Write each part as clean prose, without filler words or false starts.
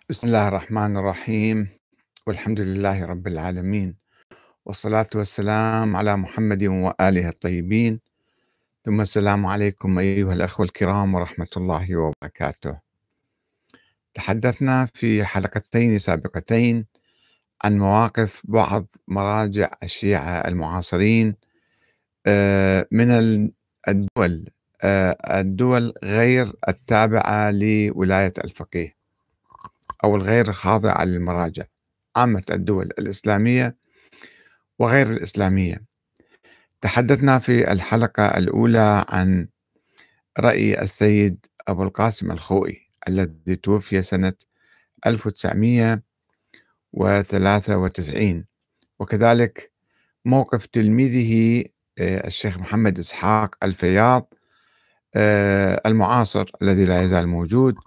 بسم الله الرحمن الرحيم، والحمد لله رب العالمين، والصلاة والسلام على محمد وآله الطيبين. ثم السلام عليكم أيها الأخوة الكرام ورحمة الله وبركاته. تحدثنا في حلقتين سابقتين عن مواقف بعض مراجع الشيعة المعاصرين من الدول الدول غير التابعة لولاية الفقيه أو الغير خاضعة للمراجع، عامة الدول الإسلامية وغير الإسلامية. تحدثنا في الحلقة الأولى عن رأي السيد أبو القاسم الخوئي الذي توفي سنة 1993، وكذلك موقف تلميذه الشيخ محمد إسحاق الفياض المعاصر الذي لا يزال موجود،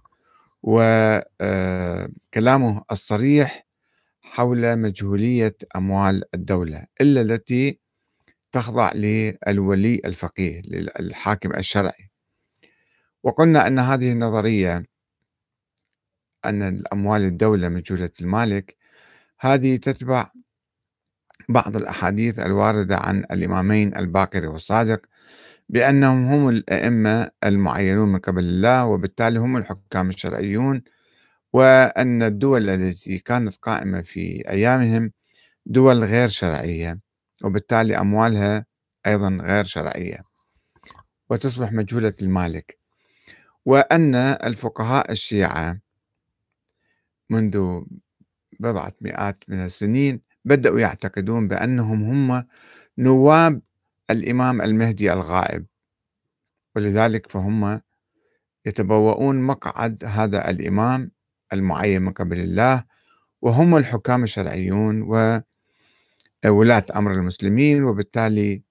وكلامه الصريح حول مجهولية أموال الدولة إلا التي تخضع للولي الفقيه للحاكم الشرعي. وقلنا أن هذه النظرية أن الأموال الدولة مجهولة المالك هذه تتبع بعض الأحاديث الواردة عن الإمامين الباقر والصادق بأنهم هم الأئمة المعينون من قبل الله، وبالتالي هم الحكام الشرعيون، وأن الدول التي كانت قائمة في أيامهم دول غير شرعية، وبالتالي أموالها أيضا غير شرعية وتصبح مجهولة المالك. وأن الفقهاء الشيعة منذ بضعة مئات من السنين بدأوا يعتقدون بأنهم هم نواب الإمام المهدي الغائب، ولذلك فهم يتبوؤون مقعد هذا الإمام المعين من قبل الله، وهم الحكام الشرعيون وولاة أمر المسلمين، وبالتالي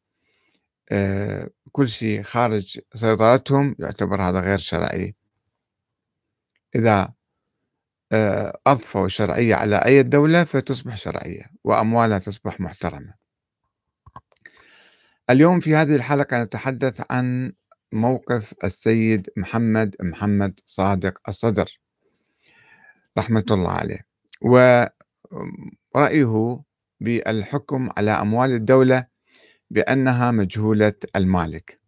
كل شيء خارج سيطرتهم يعتبر هذا غير شرعي. إذا أضفوا الشرعية على أي دولة فتصبح شرعية وأموالها تصبح محترمة. اليوم في هذه الحلقة نتحدث عن موقف السيد محمد صادق الصدر رحمة الله عليه، ورأيه بالحكم على أموال الدولة بأنها مجهولة المالك.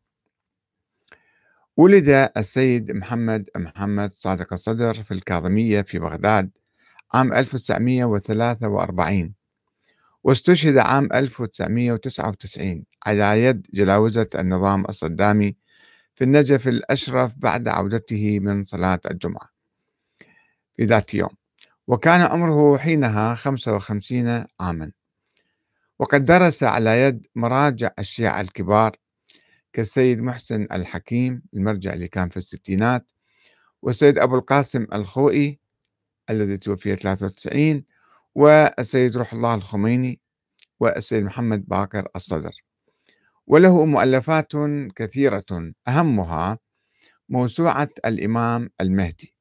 ولد السيد محمد صادق الصدر في الكاظمية في بغداد عام 1943، واستشهد عام 1999 على يد جلاوزة النظام الصدامي في النجف الأشرف بعد عودته من صلاة الجمعة في ذات يوم، وكان عمره حينها 55 عاما. وقد درس على يد مراجع الشيعة الكبار كالسيد محسن الحكيم المرجع اللي كان في الستينات، والسيد أبو القاسم الخوئي الذي توفي 93، والسيد روح الله الخميني، والسيد محمد باقر الصدر. وله مؤلفات كثيرة أهمها موسوعة الإمام المهدي،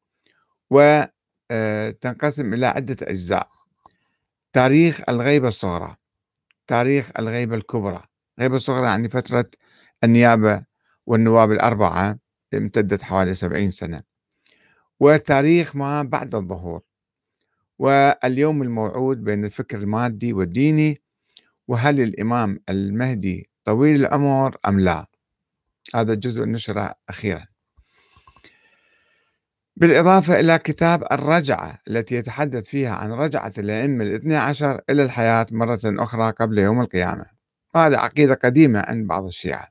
وتنقسم إلى عدة أجزاء: تاريخ الغيبة الصغرى، تاريخ الغيبة الكبرى. الغيبة الصغرى يعني فترة النيابة والنواب الأربعة امتدت حوالي 70 سنة، وتاريخ ما بعد الظهور، واليوم الموعود بين الفكر المادي والديني، وهل الإمام المهدي طويل العمر أم لا. هذا الجزء نشر أخيرا، بالإضافة إلى كتاب الرجعة التي يتحدث فيها عن رجعة الأئمة الاثني عشر إلى الحياة مرة أخرى قبل يوم القيامة. وهذه عقيدة قديمة عند بعض الشيعة.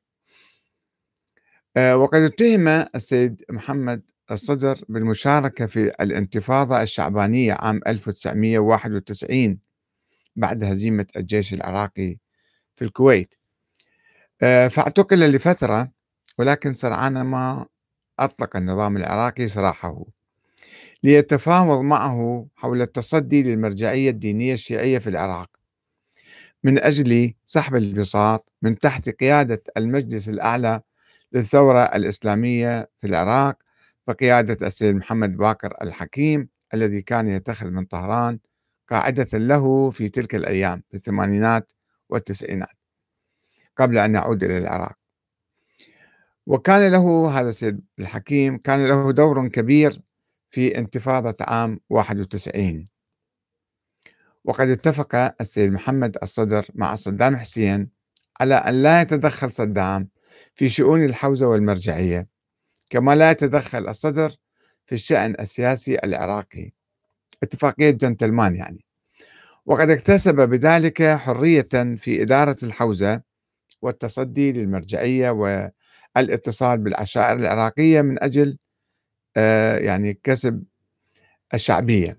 وقد اتهم السيد محمد الصدر بالمشاركة في الانتفاضة الشعبانية عام 1991 بعد هزيمة الجيش العراقي في الكويت، فاعتقل لفترة، ولكن سرعان ما أطلق النظام العراقي سراحه ليتفاوض معه حول التصدي للمرجعية الدينية الشيعية في العراق من أجل سحب البساط من تحت قيادة المجلس الأعلى للثورة الإسلامية في العراق بقيادة السيد محمد باقر الحكيم، الذي كان يتخذ من طهران قاعدة له في تلك الأيام في الثمانينات والتسعينات قبل أن يعود إلى العراق. وكان له هذا السيد الحكيم كان له دور كبير في انتفاضة عام 91. وقد اتفق السيد محمد الصدر مع صدام حسين على أن لا يتدخل صدام في شؤون الحوزة والمرجعية، كما لا يتدخل الصدر في الشأن السياسي العراقي. اتفاقية جنتلمان يعني. وقد اكتسب بذلك حرية في إدارة الحوزة والتصدي للمرجعية والاتصال بالعشائر العراقية من أجل يعني كسب الشعبية،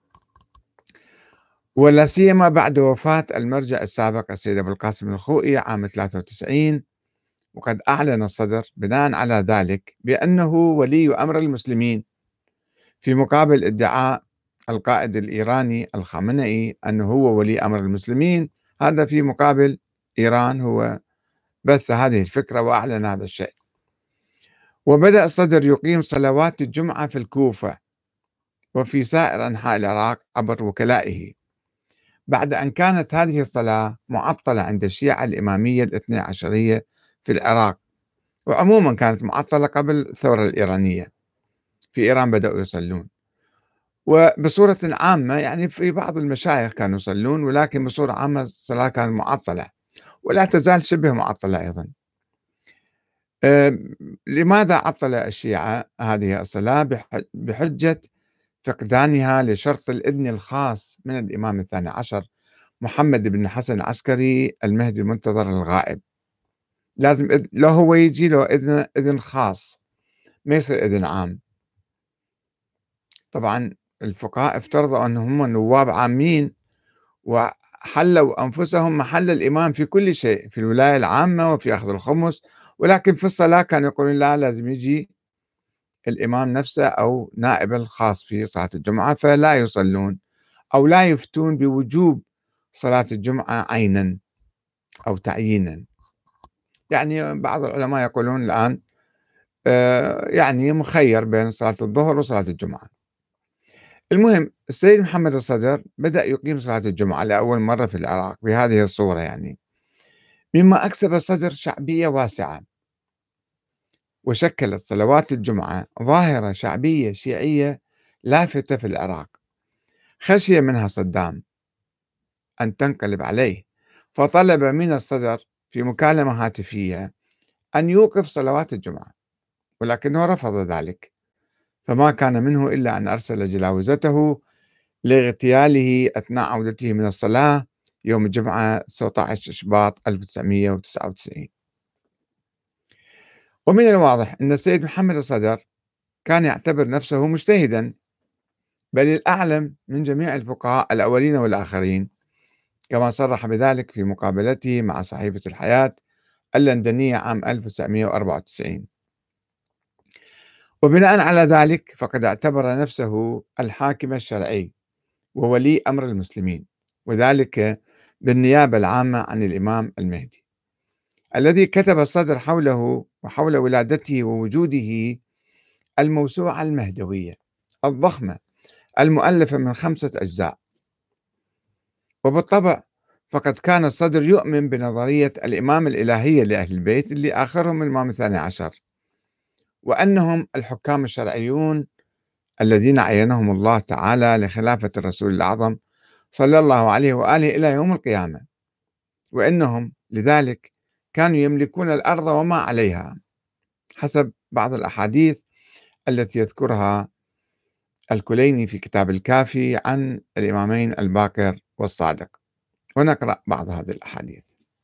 ولا سيما بعد وفاة المرجع السابق السيد أبو القاسم الخوئي عام 93. وقد أعلن الصدر بناء على ذلك بأنه ولي أمر المسلمين، في مقابل ادعاء القائد الإيراني الخامنئي أنه هو ولي أمر المسلمين. هذا في مقابل إيران، هو بث هذه الفكرة وأعلن هذا الشيء. وبدأ الصدر يقيم صلوات الجمعة في الكوفة وفي سائر أنحاء العراق عبر وكلائه، بعد أن كانت هذه الصلاة معطلة عند الشيعة الإمامية الاثني عشرية في العراق، وعموما كانت معطلة قبل الثورة الإيرانية. في إيران بدأوا يصلون، وبصورة عامة يعني في بعض المشايخ كانوا يصلون، ولكن بصورة عامة الصلاة كانت معطلة ولا تزال شبه معطلة أيضا. لماذا عطل الشيعة هذه الصلاة؟ بحجة فقدانها لشرط الإذن الخاص من الإمام الثاني عشر محمد بن الحسن العسكري المهدي المنتظر الغائب. لازم لو هو يجي له إذن خاص، ما يصير إذن عام. طبعا الفقهاء افترضوا أنهم نواب عامين وحلوا أنفسهم محل الإمام في كل شيء، في الولاية العامة وفي أخذ الخمس، ولكن في الصلاة كانوا يقولون لا، لازم يجي الإمام نفسه أو نائب الخاص في صلاة الجمعة، فلا يصلون أو لا يفتون بوجوب صلاة الجمعة عينا أو تعيينا. يعني بعض العلماء يقولون الآن يعني مخير بين صلاة الظهر وصلاة الجمعة. المهم السيد محمد الصدر بدأ يقيم صلاة الجمعة لأول مرة في العراق بهذه الصورة يعني، مما أكسب الصدر شعبية واسعة، وشكلت صلوات الجمعة ظاهرة شعبية شيعية لافتة في العراق. خشي منها صدام أن تنقلب عليه، فطلب من الصدر في مكالمة هاتفية أن يوقف صلوات الجمعة، ولكنه رفض ذلك، فما كان منه إلا أن أرسل جلاوزته لاغتياله أثناء عودته من الصلاة يوم الجمعة 19 شباط 1999. ومن الواضح أن السيد محمد الصدر كان يعتبر نفسه مجتهدا، بل الأعلم من جميع الفقهاء الأولين والآخرين، كما صرح بذلك في مقابلته مع صحيفة الحياة اللندنية عام 1994. وبناء على ذلك فقد اعتبر نفسه الحاكم الشرعي وولي أمر المسلمين، وذلك بالنيابة العامة عن الإمام المهدي، الذي كتب الصدر حوله وحول ولادته ووجوده الموسوعة المهدوية الضخمة المؤلفة من 5 أجزاء. وبالطبع فقد كان الصدر يؤمن بنظرية الإمام الإلهية لأهل البيت اللي آخرهم الإمام الثاني عشر، وأنهم الحكام الشرعيون الذين عينهم الله تعالى لخلافة الرسول الأعظم صلى الله عليه وآله إلى يوم القيامة، وإنهم لذلك كانوا يملكون الأرض وما عليها، حسب بعض الأحاديث التي يذكرها الكليني في كتاب الكافي عن الإمامين الباقر والصادق. ونقرأ بعض هذه الأحاديث.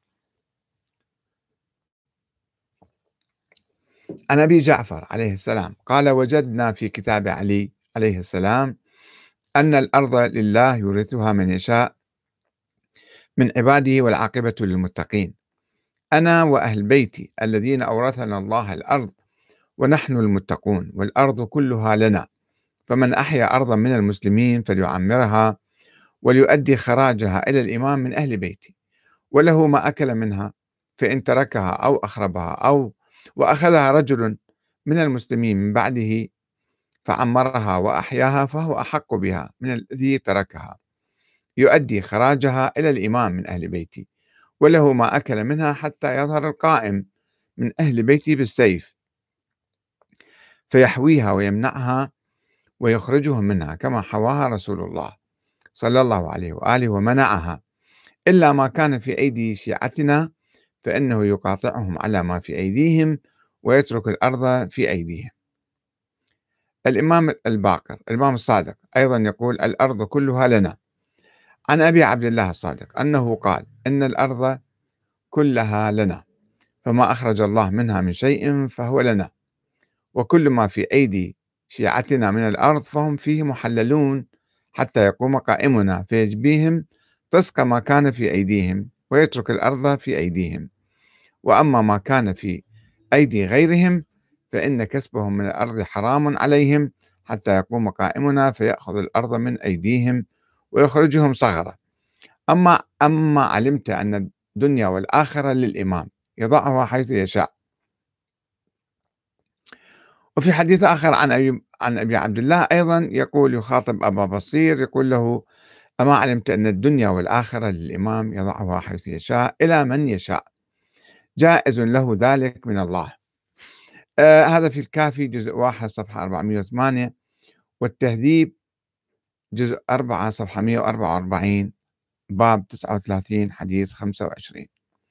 عن أبي جعفر عليه السلام قال: وجدنا في كتاب علي عليه السلام أن الأرض لله يورثها من يشاء من عباده والعاقبة للمتقين. أنا وأهل بيتي الذين أورثنا الله الأرض ونحن المتقون، والأرض كلها لنا، فمن أحيا أرضا من المسلمين فليعمرها وليؤدي خراجها إلى الإمام من أهل بيتي، وله ما أكل منها، فإن تركها أو أخربها أو وأخذها رجل من المسلمين من بعده فعمرها وأحياها فهو أحق بها من الذي تركها، يؤدي خراجها إلى الإمام من أهل بيتي، وله ما أكل منها حتى يظهر القائم من أهل بيتي بالسيف فيحويها ويمنعها ويخرجهم منها كما حواها رسول الله صلى الله عليه وآله ومنعها، إلا ما كان في أيدي شيعتنا فإنه يقاطعهم على ما في أيديهم ويترك الأرض في أيديهم. الإمام الباقر الإمام الصادق أيضا يقول: الأرض كلها لنا. عن أبي عبد الله الصادق أنه قال: إن الأرض كلها لنا، فما أخرج الله منها من شيء فهو لنا، وكل ما في أيدي شيعتنا من الأرض فهم فيه محللون حتى يقوم قائمنا فيجبيهم طسق ما كان في أيديهم ويترك الأرض في أيديهم، وأما ما كان في أيدي غيرهم فإن كسبهم من الأرض حرام عليهم حتى يقوم قائمنا فيأخذ الأرض من أيديهم ويخرجهم صغرا. أما علمت أن الدنيا والآخرة للإمام يضعها حيث يشاء. وفي حديث آخر عن أبي عبد الله أيضا يقول، يخاطب أبا بصير يقول له: أما علمت أن الدنيا والآخرة للإمام يضعها حيث يشاء إلى من يشاء، جائز له ذلك من الله. هذا في الكافي جزء 1 صفحة 408، والتهذيب جزء 4 صفحة 144، باب 39 حديث 25.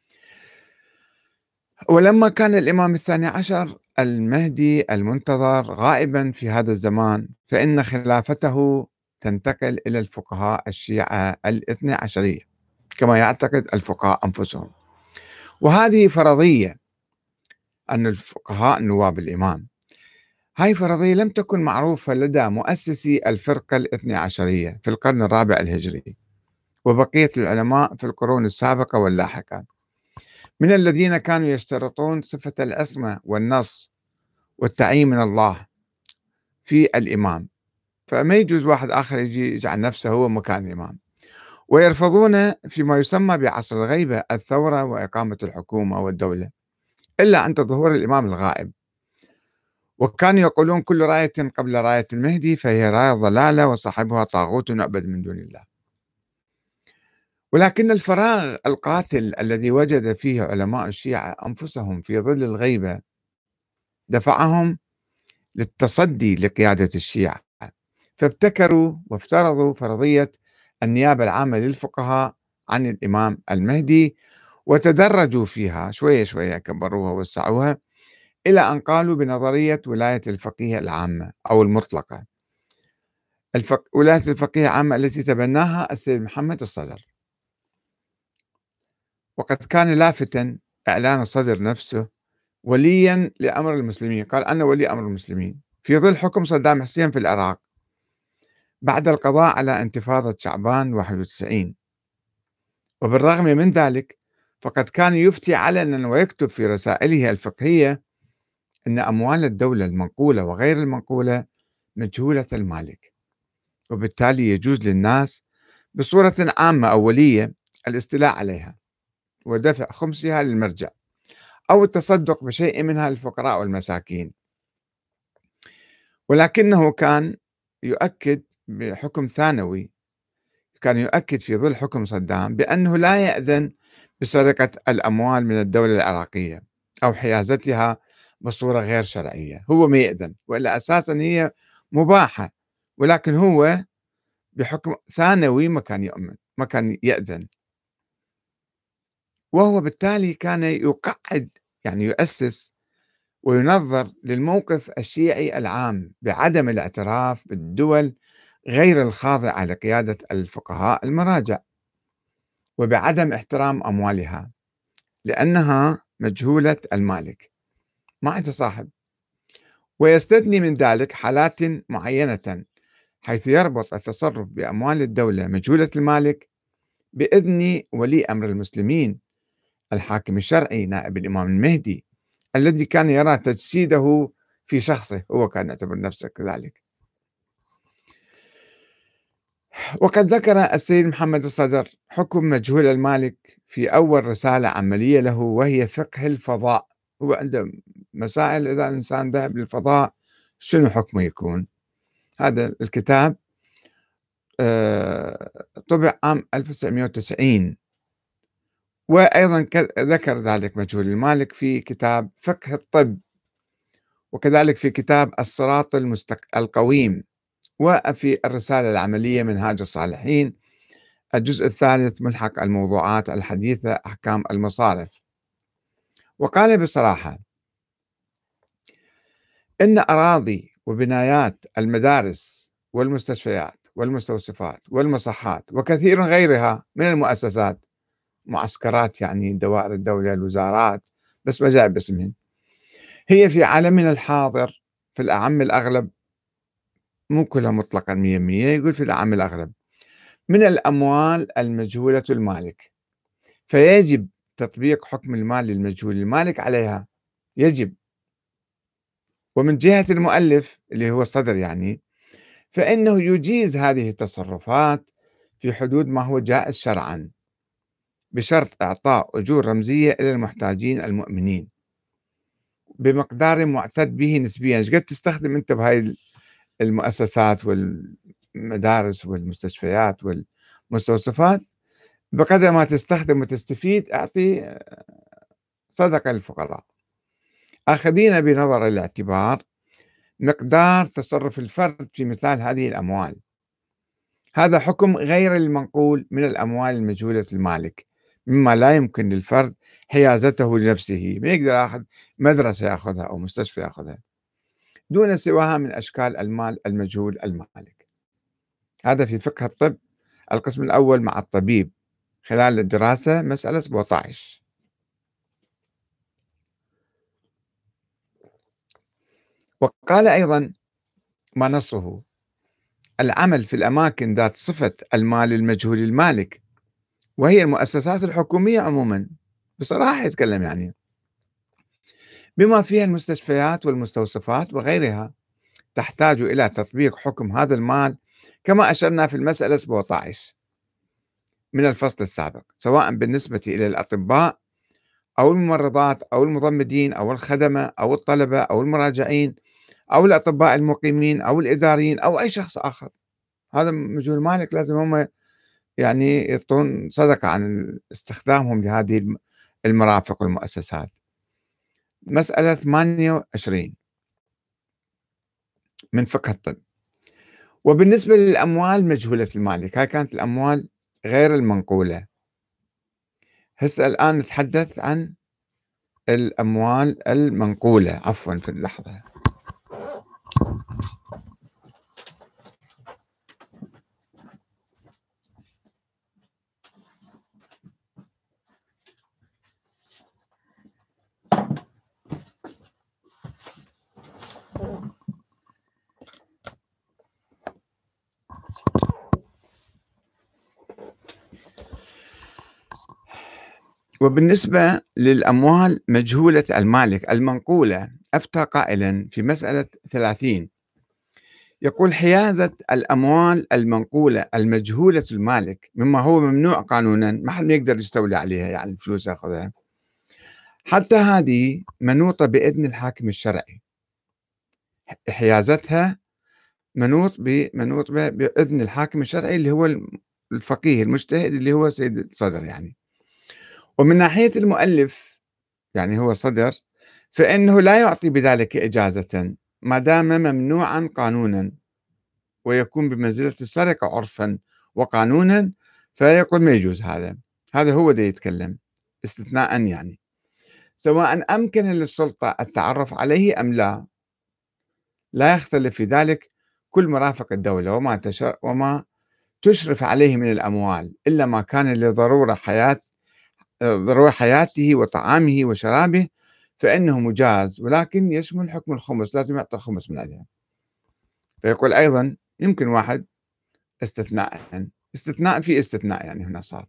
ولما كان الإمام الثاني عشر المهدي المنتظر غائبا في هذا الزمان، فإن خلافته تنتقل إلى الفقهاء الشيعة الاثنى عشرية كما يعتقد الفقهاء أنفسهم، وهذه فرضية أن الفقهاء نواب الإمام. هاي فرضية لم تكن معروفة لدى مؤسسي الفرقة الاثنى عشرية في القرن الرابع الهجري وبقية العلماء في القرون السابقة واللاحقة، من الذين كانوا يشترطون صفة العصمة والنص والتعيين من الله في الإمام، فما يجوز واحد آخر يجي يجعل نفسه هو مكان الإمام، ويرفضون فيما يسمى بعصر الغيبة الثورة وإقامة الحكومة والدولة إلا عند ظهور الإمام الغائب. وكانوا يقولون: كل راية قبل راية المهدي فهي راية ضلالة وصاحبها طاغوت يعبد من دون الله. ولكن الفراغ القاتل الذي وجد فيه علماء الشيعة أنفسهم في ظل الغيبة دفعهم للتصدي لقيادة الشيعة، فابتكروا وافترضوا فرضية النيابة العامة للفقهاء عن الإمام المهدي، وتدرجوا فيها شوية شوية، كبروها ووسعوها إلى أن قالوا بنظرية ولاية الفقيه العامة أو المطلقة، ولاية الفقيه العامة التي تبناها السيد محمد الصدر. وقد كان لافتا إعلان الصدر نفسه وليا لأمر المسلمين، قال: أنا ولي أمر المسلمين في ظل حكم صدام حسين في العراق بعد القضاء على انتفاضة شعبان 91. وبالرغم من ذلك فقد كان يفتي علنا ويكتب في رسائله الفقهية أن أموال الدولة المنقولة وغير المنقولة مجهولة المالك، وبالتالي يجوز للناس بصورة عامة أولية الاستيلاء عليها ودفع خمسها للمرجع أو التصدق بشيء منها للفقراء والمساكين. ولكنه كان يؤكد بحكم ثانوي، كان يؤكد في ظل حكم صدام بأنه لا يأذن بسرقة الأموال من الدولة العراقية أو حيازتها بصورة غير شرعية، هو ما يأذن، وإلا أساسا هي مباحة، ولكن هو بحكم ثانوي ما كان يؤمن، ما كان يأذن. وهو بالتالي كان يقعد، يعني يؤسس وينظر للموقف الشيعي العام بعدم الاعتراف بالدول غير الخاضعة لقيادة الفقهاء المراجع، وبعدم احترام أموالها لأنها مجهولة المالك ما عندها صاحب، ويستثني من ذلك حالات معينة حيث يربط التصرف بأموال الدولة مجهولة المالك بإذن ولي أمر المسلمين الحاكم الشرعي نائب الإمام المهدي الذي كان يرى تجسيده في شخصه، هو كان يعتبر نفسه كذلك. وقد ذكر السيد محمد الصدر حكم مجهول المالك في أول رسالة عملية له، وهي فقه الفضاء. هو عنده مسائل إذا الإنسان ذهب للفضاء شنو حكمه يكون. هذا الكتاب طبع عام 1990. وأيضا ذكر ذلك مجهول المالك في كتاب فقه الطب، وكذلك في كتاب الصراط القويم وفي الرسالة العملية منهاج الصالحين الجزء الثالث ملحق الموضوعات الحديثة أحكام المصارف. وقال بصراحة إن أراضي وبنايات المدارس والمستشفيات والمستوصفات والمصحات وكثير غيرها من المؤسسات، معسكرات يعني دوائر الدولة، الوزارات، بس ما جاء باسمهم، هي في عالمنا الحاضر في الأعم الأغلب، مو كلها مطلقا 100%، يقول في الأعم الأغلب من الأموال المجهولة المالك، فيجب تطبيق حكم المال للمجهول المالك عليها، يجب. ومن جهة المؤلف اللي هو الصدر يعني، فإنه يجيز هذه التصرفات في حدود ما هو جائز شرعا، بشرط إعطاء أجور رمزية إلى المحتاجين المؤمنين بمقدار معتد به نسبيا. ايش قد تستخدم أنت بهاي المؤسسات والمدارس والمستشفيات والمستوصفات، بقدر ما تستخدم وتستفيد أعطي صدقة للفقراء، آخذين بنظر الاعتبار مقدار تصرف الفرد في مثال هذه الأموال. هذا حكم غير المنقول من الأموال المجهولة المالك، مما لا يمكن للفرد حيازته لنفسه، ما يقدر يأخذ مدرسة يأخذها أو مستشفى يأخذها دون سواها من أشكال المال المجهول المالك. هذا في فقه الطب القسم الأول مع الطبيب خلال الدراسة مسألة 17. وقال أيضا ما نصه العمل في الأماكن ذات صفة المال المجهول المالك، وهي المؤسسات الحكومية عموما، بصراحة يتكلم يعني، بما فيها المستشفيات والمستوصفات وغيرها، تحتاج إلى تطبيق حكم هذا المال كما أشرنا في المسألة 17 من الفصل السابق، سواء بالنسبة إلى الأطباء أو الممرضات أو المضمدين أو الخدمة أو الطلبة أو المراجعين أو الأطباء المقيمين أو الإداريين أو أي شخص آخر. هذا مجهول مالك، لازم هم يعني يعطون صدقة عن استخدامهم لهذه المرافق والمؤسسات. مسألة 28 من فقه الطب. وبالنسبة للأموال مجهولة المالك، هاي كانت الأموال غير المنقولة، هسه الآن نتحدث عن الأموال المنقولة، عفوا في اللحظة. وبالنسبة للأموال مجهولة المالك المنقولة، أفتى قائلا في مسألة 30، يقول حيازة الأموال المنقولة المجهولة المالك مما هو ممنوع قانونا، ما حد يقدر يستولي عليها، يعني الفلوس ياخذها، حتى هذه منوطة بإذن الحاكم الشرعي، حيازتها منوط بإذن الحاكم الشرعي اللي هو الفقيه المجتهد اللي هو سيد الصدر يعني. ومن ناحية المؤلف يعني هو صدر، فإنه لا يعطي بذلك إجازة ما دام ممنوعا قانونا، ويكون بمنزلة السرقة عرفا وقانونا، فيقول ما يجوز هذا. هذا هو ده يتكلم استثناء يعني، سواء أمكن للسلطة التعرف عليه أم لا، لا يختلف في ذلك كل مرافق الدولة وما تشرف عليه من الأموال، إلا ما كان ضرورة حياته وطعامه وشرابه، فإنه مجاز، ولكن يشمل حكم الخمس، لازم يعطي الخمس من عليها. فيقول أيضا يمكن واحد استثناء في استثناء يعني هنا صار.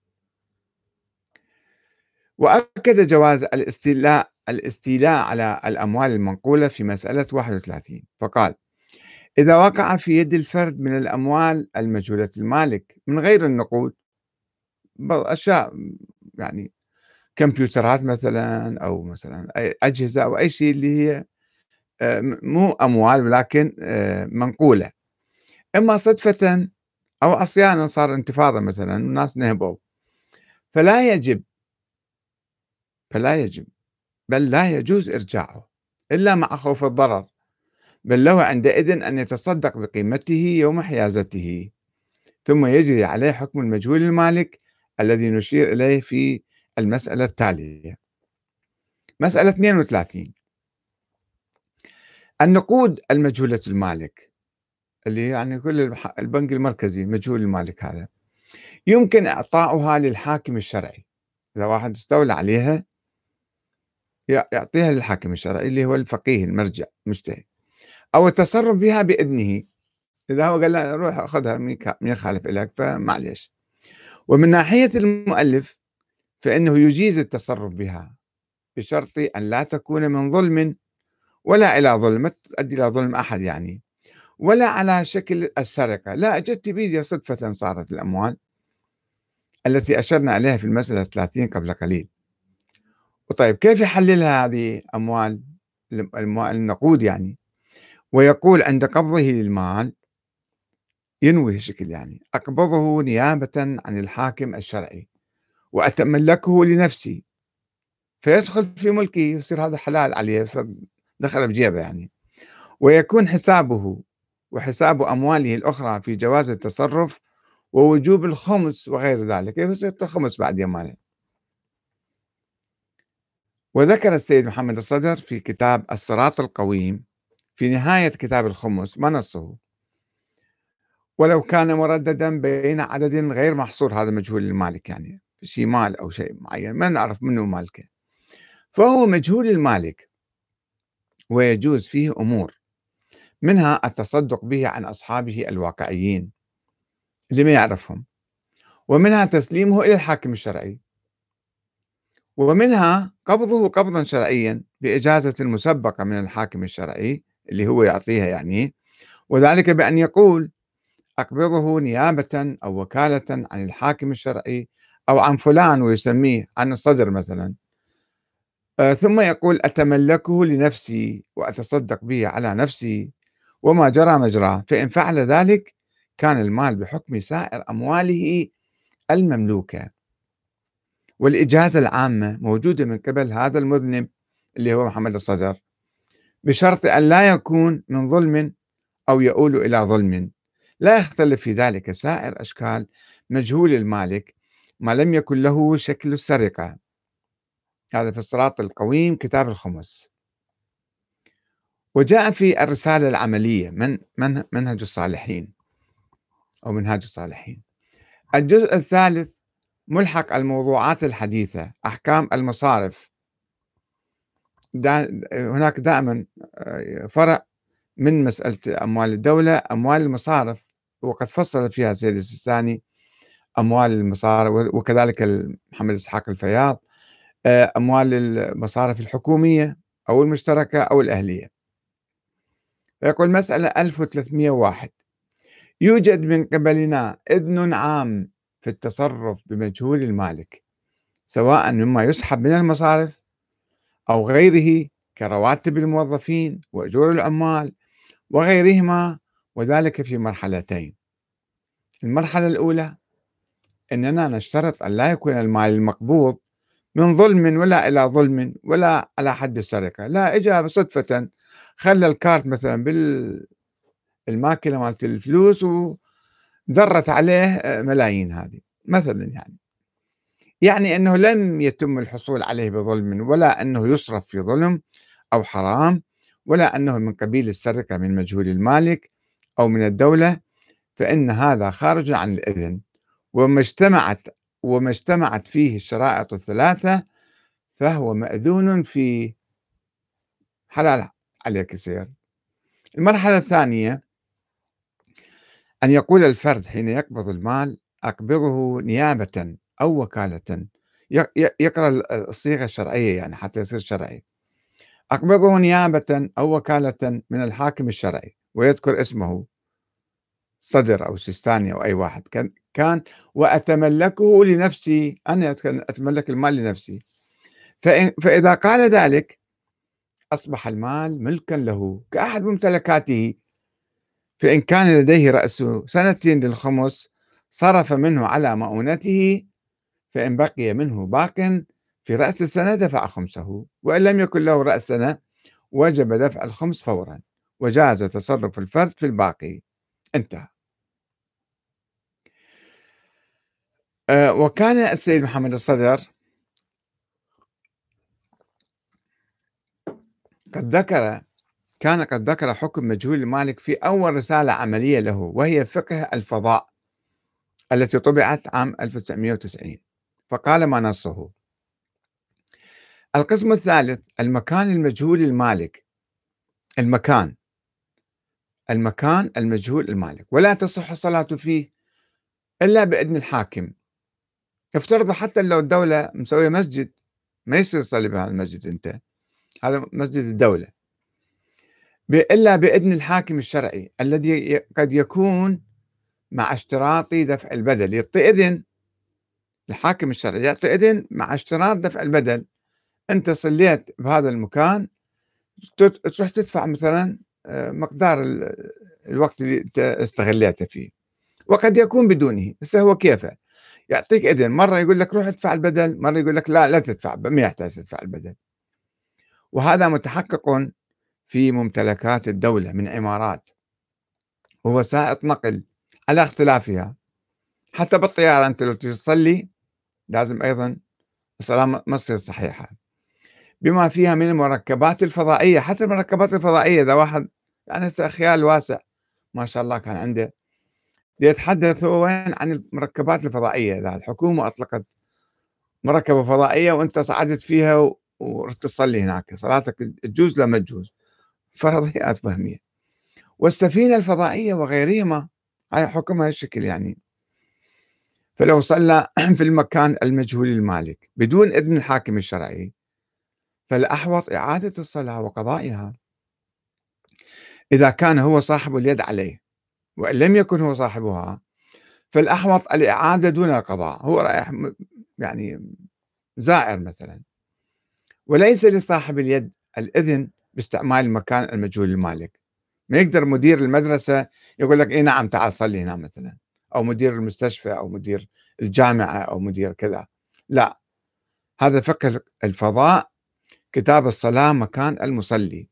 وأكد جواز الاستيلاء على الأموال المنقولة في مسألة 31، فقال إذا وقع في يد الفرد من الأموال المجهولة المالك من غير النقود أشياء يعني كمبيوترات مثلا أو مثلا أي أجهزة أو أي شيء اللي هي مو أموال ولكن منقولة، إما صدفة أو أحيانا صار انتفاضة مثلا الناس نهبوا، فلا يجب فلا يجب بل لا يجوز إرجاعه إلا مع خوف الضرر، بل له عندئذ أن يتصدق بقيمته يوم حيازته، ثم يجري عليه حكم المجهول المالك الذي نشير إليه في المسألة التالية. مسألة 32، النقود المجهولة المالك، اللي يعني كل البنك المركزي مجهول المالك هذا، يمكن إعطاؤها للحاكم الشرعي. إذا واحد استولى عليها يعطيها للحاكم الشرعي اللي هو الفقيه المرجع المجتهد، أو التصرف بها بإذنه. إذا هو قال له روح أخذها من يخالف لك فمعليش. ومن ناحية المؤلف فإنه يجيز التصرف بها بشرط أن لا تكون من ظلم ولا إلى ظلم، ما تؤدي إلى ظلم أحد يعني، ولا على شكل السرقة. لا، جت بيدي صدفة صارت الأموال التي أشرنا عليها في المسألة 30 قبل قليل. وطيب كيف يحللها هذه أموال النقود يعني؟ ويقول عند قبضه للمال ينوي شكل يعني أقبضه نيابة عن الحاكم الشرعي وأتملكه لنفسي، فيدخل في ملكي، يصير هذا حلال عليه، يصير دخل بجيبه يعني. ويكون حسابه وحساب أمواله الأخرى في جواز التصرف ووجوب الخمس وغير ذلك، يصير الخمس بعد يماله. وذكر السيد محمد الصدر في كتاب الصراط القويم في نهاية كتاب الخمس ما نصه: ولو كان مرددا بين عدد غير محصور، هذا مجهول المالك يعني شيء مال أو شيء معين ما نعرف منه مالكه، فهو مجهول المالك ويجوز فيه أمور، منها التصدق به عن أصحابه الواقعيين اللي ما يعرفهم، ومنها تسليمه إلى الحاكم الشرعي، ومنها قبضه قبضا شرعيا بإجازة مسبقة من الحاكم الشرعي اللي هو يعطيها يعني، وذلك بأن يقول أقبضه نيابة أو وكالة عن الحاكم الشرعي أو عن فلان، ويسميه عن الصدر مثلا، ثم يقول أتملكه لنفسي وأتصدق به على نفسي وما جرى مجراه، فإن فعل ذلك كان المال بحكم سائر أمواله المملوكة، والإجازة العامة موجودة من قبل هذا المذنب اللي هو محمد الصدر، بشرط أن لا يكون من ظلم أو يؤول إلى ظلم، لا يختلف في ذلك سائر أشكال مجهول المالك ما لم يكن له شكل السرقة. هذا في الصراط القويم كتاب الخمس. وجاء في الرسالة العملية من منهج الصالحين أو منهاج الصالحين الجزء الثالث ملحق الموضوعات الحديثة أحكام المصارف. هناك دائما فرع من مسألة أموال الدولة أموال المصارف، وقد فصل فيها السيد السيستاني أموال المصارف، وكذلك محمد إسحاق الفياض أموال المصارف الحكومية أو المشتركة أو الأهلية. يقول مسألة 1301: يوجد من قبلنا إذن عام في التصرف بمجهول المالك، سواء مما يسحب من المصارف أو غيره كرواتب الموظفين وأجور العمال وغيرهما، وذلك في مرحلتين. المرحلة الأولى أننا نشترط أن لا يكون المال المقبوض من ظلم ولا إلى ظلم ولا على حد السرقة، لا إجا صدفة خلى الكارت مثلا بالماكينة مالت الفلوس ودرت عليه ملايين، هذه مثلا يعني أنه لم يتم الحصول عليه بظلم ولا أنه يصرف في ظلم أو حرام ولا أنه من قبيل السرقة من مجهول المالك أو من الدولة، فإن هذا خارج عن الإذن، وما اجتمعت فيه الشرائط الثلاثة فهو مأذون فيه، حلال عليك يصير. المرحلة الثانية أن يقول الفرد حين يقبض المال أقبضه نيابة أو وكالة، يقرأ الصيغة الشرعية يعني حتى يصير شرعي: أقبضه نيابة أو وكالة من الحاكم الشرعي، ويذكر اسمه صدر أو سيستاني أو أي واحد كان وأتملكه لنفسي، أنا أتملك المال لنفسي. فإذا قال ذلك أصبح المال ملكا له كأحد ممتلكاته، فإن كان لديه رأس سنة للخمس صرف منه على مؤونته، فإن بقي منه باق في رأس السنة دفع خمسه، وإن لم يكن له رأس سنة وجب دفع الخمس فورا، وجاز تصرف الفرد في الباقي. انتهى. وكان السيد محمد الصدر قد ذكر كان قد ذكر حكم مجهول المالك في أول رسالة عملية له، وهي فقه الفضاء التي طبعت عام 1990. فقال ما نصه: القسم الثالث: المكان المجهول المالك. المكان المجهول المالك ولا تصح الصلاة فيه إلا بإذن الحاكم. افترض حتى لو الدولة مسوية مسجد، ما يصير تصلي بهذا المسجد أنت، هذا مسجد الدولة، إلا بإذن الحاكم الشرعي الذي قد يكون مع اشتراط دفع البدل. يعطي إذن الحاكم الشرعي، يعطي إذن مع اشتراط دفع البدل. أنت صليت بهذا المكان، تروح تدفع مثلا مقدار الوقت اللي أنت استغليته فيه، وقد يكون بدونه. بس هو كيفه يعطيك إذن، مرة يقول لك روح ادفع البدل، مرة يقول لك لا تدفع، ما يحتاج تدفع البدل. وهذا متحقق في ممتلكات الدولة من عمارات ووسائط نقل على اختلافها. حتى بالطيارة أنت لو تصلي لازم أيضا الصلاة ما تصير صحيحة، بما فيها من المركبات الفضائية. حتى المركبات الفضائية، إذا واحد يعني خيال واسع ما شاء الله كان عنده، يتحدث هو وين عن المركبات الفضائية. إذا الحكومة أطلقت مركبة فضائية وأنت صعدت فيها ورحت تصلي هناك، صلاتك تجوز لا ما تجوز؟ فرضيات فهمية. والسفينة الفضائية وغيرهما هاي حكمها الشكل يعني. فلو صلى في المكان المجهول المالك بدون إذن الحاكم الشرعي، فالأحوط إعادة الصلاة وقضائها إذا كان هو صاحب اليد عليه. وإن لم يكن هو صاحبها، فالأحوط الإعادة دون القضاء. هو رايح يعني زائر مثلا، وليس لصاحب اليد الإذن باستعمال المكان المجهول المالك. ما يقدر مدير المدرسة يقول لك إيه نعم تعال صلي هنا مثلا، أو مدير المستشفى أو مدير الجامعة أو مدير كذا. لا، هذا فقه الفضاء، كتاب الصلاة مكان المصلي.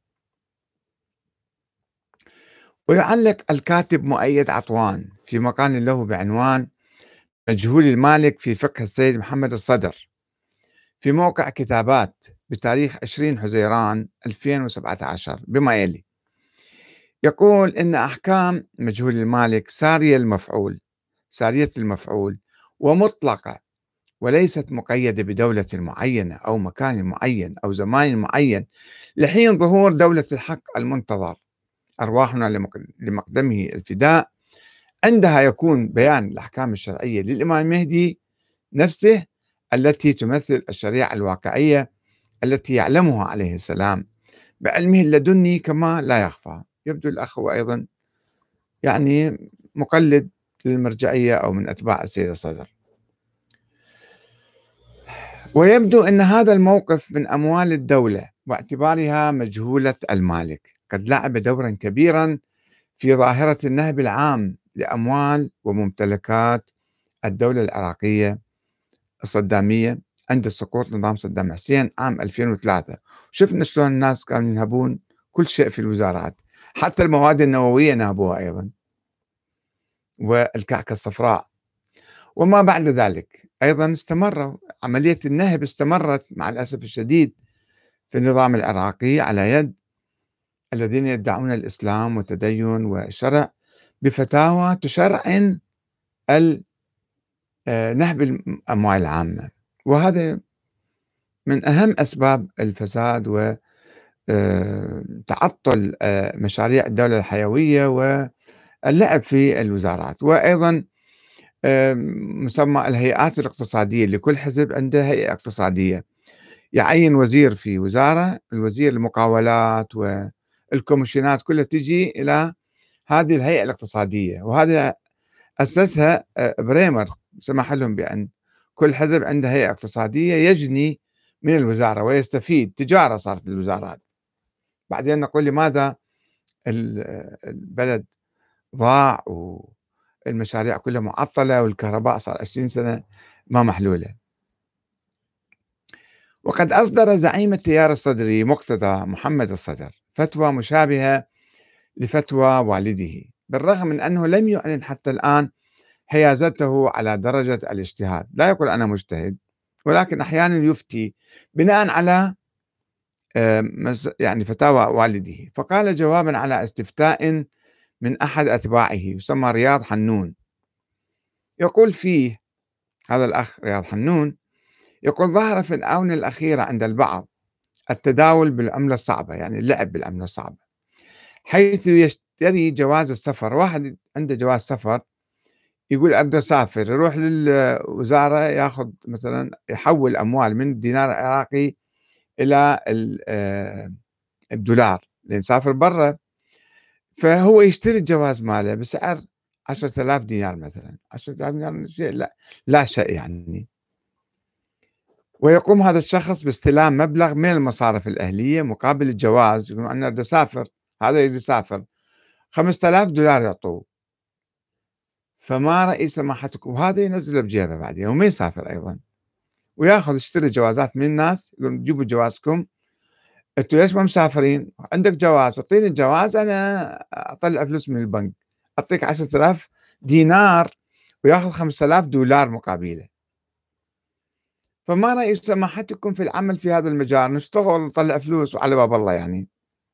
ويعلق الكاتب مؤيد عطوان في مقال له بعنوان مجهول المالك في فقه السيد محمد الصدر في موقع كتابات بتاريخ 20 حزيران 2017 بما يلي: يقول إن أحكام مجهول المالك سارية المفعول ومطلقة، وليست مقيدة بدولة معينة أو مكان معين أو زمان معين لحين ظهور دولة الحق المنتظر أرواحنا لمقدمه الفداء. عندها يكون بيان الأحكام الشرعية للإمام المهدي نفسه التي تمثل الشريعة الواقعية التي يعلمها عليه السلام بعلمه اللدني كما لا يخفى. يبدو الأخ هو أيضا يعني مقلد للمرجعية أو من أتباع السيد الصدر. ويبدو أن هذا الموقف من أموال الدولة واعتبارها مجهولة المالك قد لعب دورا كبيرا في ظاهرة النهب العام لأموال وممتلكات الدولة العراقية الصدامية عند سقوط نظام صدام حسين عام 2003. شفنا شلون الناس كانوا ينهبون كل شيء في الوزارات، حتى المواد النووية نهبوها أيضا، والكعكة الصفراء. وما بعد ذلك أيضا عملية النهب استمرت مع الأسف الشديد في النظام العراقي على يد الذين يدعون الإسلام والتدين والشرع بفتاوى تشرعن نهب الأموال العامة. وهذا من أهم أسباب الفساد وتعطل مشاريع الدولة الحيوية واللعب في الوزارات. وأيضا مسمى الهيئات الاقتصادية، لكل حزب عنده هيئة اقتصادية، يعين وزير في وزارة، الوزير المقاولات والكوميشنات كلها تجي إلى هذه الهيئة الاقتصادية. وهذا أسسها بريمر، سمح لهم بأن كل حزب عنده هيئة اقتصادية يجني من الوزارة ويستفيد. تجارة صارت الوزارات. بعدين نقول لماذا البلد ضاع والمشاريع كلها معطلة والكهرباء صار 20 سنة ما محلولة. وقد أصدر زعيم التيار الصدري مقتدى محمد الصدر فتوى مشابهة لفتوى والده، بالرغم من أنه لم يعلن حتى الآن حيازته على درجة الاجتهاد. لا يقول أنا مجتهد، ولكن أحيانا يفتي بناء على يعني فتاوى والده. فقال جوابا على استفتاء من أحد أتباعه يسمى رياض حنون، يقول فيه هذا الأخ رياض حنون، يقول: ظهر في الآونة الأخيرة عند البعض التداول بالعملة الصعبة، يعني اللعب بالعملة الصعبة، حيث يشتري جواز السفر. واحد عنده جواز سفر يقول أريد أسافر، يروح للوزارة ياخذ مثلا، يحول أموال من الدينار العراقي إلى الدولار لأن يسافر برا، فهو يشتري الجواز ماله بسعر 10,000 دينار مثلا. 10,000 دينار شيء لا شيء يعني. ويقوم هذا الشخص باستلام مبلغ من المصارف الأهلية مقابل الجواز، يقول أنا بدي أسافر، هذا يريد يسافر، 5,000 دولار يعطوه. فما رأي سماحتكم؟ وهذا ينزله بجيبه بعدين وما يسافر أيضا، وياخذ يشتري جوازات من الناس، يقول جيبوا جوازكم، انتوا ليش ما مسافرين؟ عندك جواز، اعطيني الجواز انا اطلع فلوس من البنك، اعطيك 10,000 دينار وياخذ 5,000 دولار مقابله. فما رأي سماحتكم في العمل في هذا المجال؟ نشتغل ونطلع فلوس وعلى باب الله يعني.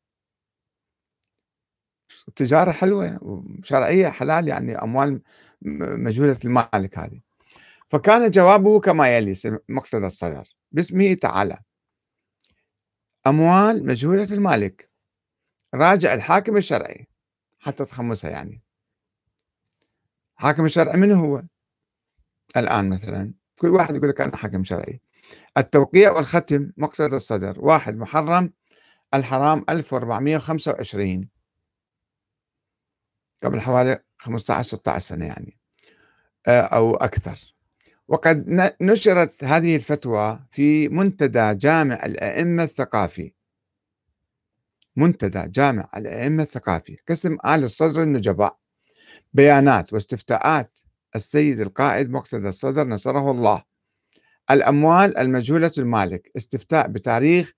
التجارة حلوة وشرعية حلال، يعني أموال مجهولة المالك هذه. فكان جوابه كما يلي مقتضى الصدر باسمه تعالى: أموال مجهولة المالك، راجع الحاكم الشرعي حتى تخمسها. يعني حاكم الشرعي من هو الآن؟ مثلا كل واحد يقول لك أنا حاكم شرعي. التوقيع والختم مقتضى الصدر 1 محرم الحرام 1425، قبل حوالي 15 16 سنة يعني أو أكثر. وقد نشرت هذه الفتوى في منتدى جامع الأئمة الثقافي، منتدى جامع الأئمة الثقافي قسم آل الصدر النجباء، بيانات واستفتاءات السيد القائد مقتدى الصدر نصره الله، الأموال المجهولة المالك، استفتاء بتاريخ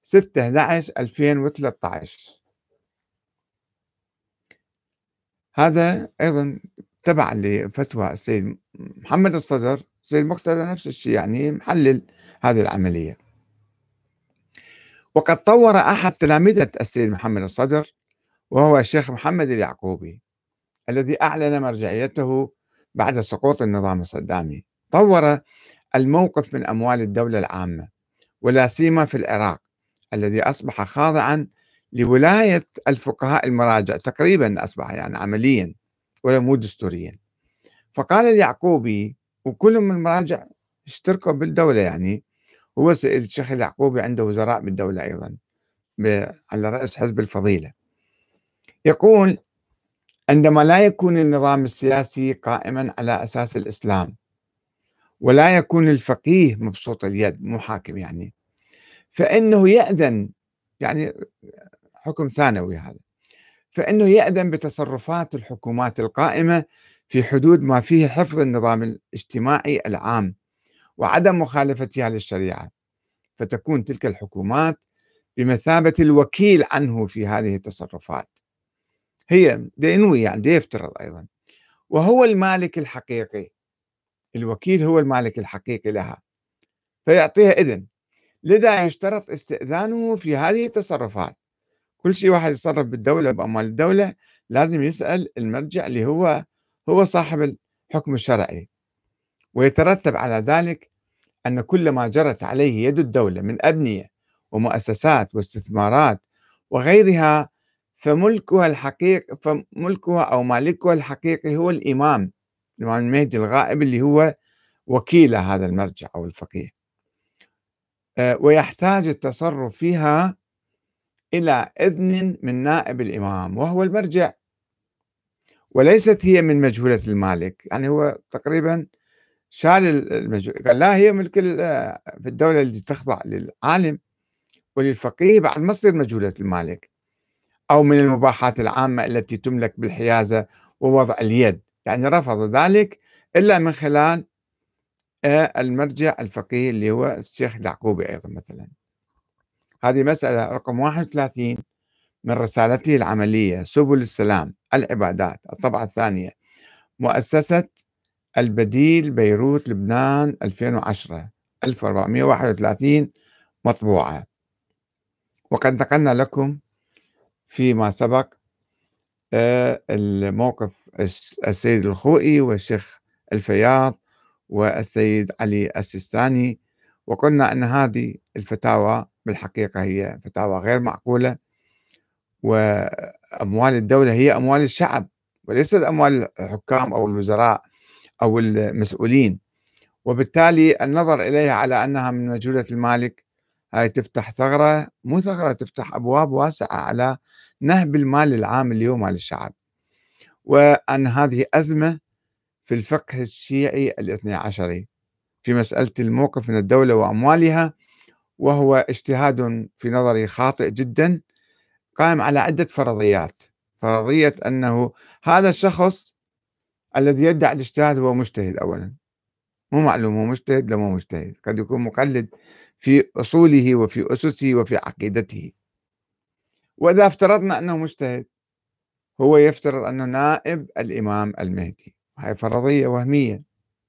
6/11/2013. هذا أيضا تبع لفتوى السيد محمد الصدر. السيد مقتدى نفس الشيء، يعني محلل هذه العملية. وقد طور أحد تلامذة السيد محمد الصدر وهو الشيخ محمد اليعقوبي الذي أعلن مرجعيته بعد سقوط النظام الصدامي، طور الموقف من أموال الدولة العامة ولا سيما في العراق الذي أصبح خاضعا لولاية الفقهاء المراجع، تقريبا أصبح يعني عمليا ولا مو دستوريا. فقال اليعقوبي، وكل من المراجع اشتركوا بالدولة، يعني هو الشيخ اليعقوبي عنده وزراء بالدولة أيضا على رأس حزب الفضيلة، يقول: عندما لا يكون النظام السياسي قائما على أساس الإسلام، ولا يكون الفقيه مبسوط اليد مو حاكم يعني، فإنه يأذن، يعني حكم ثانوي هذا، فإنه يأذن بتصرفات الحكومات القائمة في حدود ما فيه حفظ النظام الاجتماعي العام وعدم مخالفتها للشريعة، فتكون تلك الحكومات بمثابة الوكيل عنه في هذه التصرفات. هي ينوي يعني يفترض أيضا، وهو المالك الحقيقي، الوكيل هو المالك الحقيقي لها، فيعطيها إذن. لذا يشترط استئذانه في هذه التصرفات. كل شيء واحد يتصرف بالدولة بأموال الدولة لازم يسأل المرجع اللي هو صاحب الحكم الشرعي، ويترتب على ذلك أن كل ما جرت عليه يد الدولة من أبنية ومؤسسات واستثمارات وغيرها فملكها أو مالكها الحقيقي هو الإمام المهدي الغائب اللي هو وكيل هذا المرجع أو الفقيه، ويحتاج التصرف فيها إلى إذن من نائب الإمام وهو المرجع، وليست هي من مجهولة المالك. يعني هو تقريبا شال قال لا، هي ملك في الدولة اللي تخضع للعالم وللفقيه بعد ما تصير مجهولة المالك، أو من المباحات العامة التي تملك بالحيازة ووضع اليد، يعني رفض ذلك إلا من خلال المرجع الفقيه اللي هو الشيخ اليعقوبي أيضا مثلا. هذه مسألة رقم 31 من رسالته العملية سبل السلام العبادات، الطبعة الثانية، مؤسسة البديل بيروت لبنان 2010، 1431 مطبوعة. وقد نقلنا لكم فيما سبق الموقف السيد الخوئي والشيخ الفياض والسيد علي السيستاني، وقلنا أن هذه الفتاوى بالحقيقة هي فتاوى غير معقولة، وأموال الدولة هي أموال الشعب وليست أموال الحكام أو الوزراء أو المسؤولين، وبالتالي النظر إليها على أنها من مجهولة المالك هاي تفتح ثغرة، مو ثغرة، تفتح أبواب واسعة على نهب المال العام اليوم على الشعب، وأن هذه أزمة في الفقه الشيعي الاثني عشري في مسألة الموقف من الدولة وأموالها، وهو اجتهاد في نظري خاطئ جدا قائم على عدة فرضيات. فرضية أنه هذا الشخص الذي يدعي الاجتهاد هو مجتهد أولا، مو معلوم هو مجتهد لو مو مجتهد، قد يكون مقلد في أصوله وفي أسسه وفي عقيدته. وإذا افترضنا أنه مجتهد، هو يفترض أنه نائب الإمام المهدي، هاي فرضية وهمية.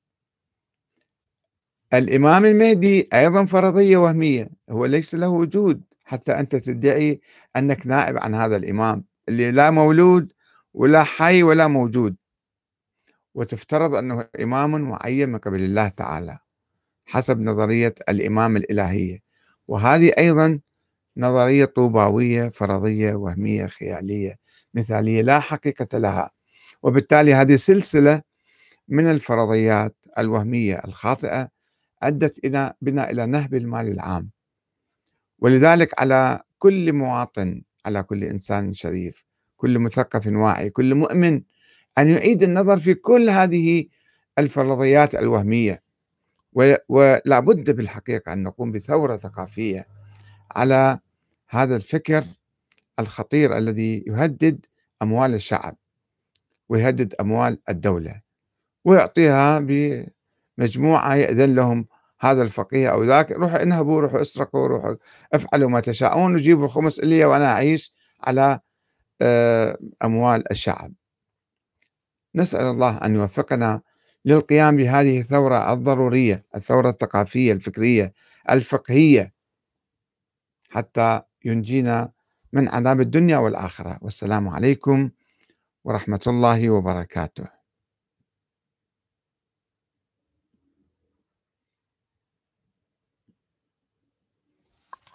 الإمام المهدي أيضا فرضية وهمية، هو ليس له وجود حتى أنت تدعي أنك نائب عن هذا الإمام اللي لا مولود ولا حي ولا موجود، وتفترض أنه إمام معين من قبل الله تعالى حسب نظرية الإمام الإلهية، وهذه أيضا نظرية طوباوية فرضية وهمية خيالية مثالية لا حقيقة لها. وبالتالي هذه سلسلة من الفرضيات الوهمية الخاطئة أدت بنا إلى نهب المال العام. ولذلك على كل مواطن، على كل إنسان شريف، كل مثقف واعي، كل مؤمن، أن يعيد النظر في كل هذه الفرضيات الوهمية، ولا بد بالحقيقة أن نقوم بثورة ثقافية على هذا الفكر الخطير الذي يهدد أموال الشعب ويهدد أموال الدولة، ويعطيها بمجموعة يأذن لهم هذا الفقيه أو ذاك، روحوا انهبوا، روحوا اسرقوا، روحوا افعلوا ما تشاءون وجيبوا الخمس إلي وأنا أعيش على أموال الشعب. نسأل الله أن يوفقنا للقيام بهذه الثورة الضرورية، الثورة الثقافية الفكرية الفقهية، حتى ينجينا من عذاب الدنيا والآخرة. والسلام عليكم ورحمة الله وبركاته.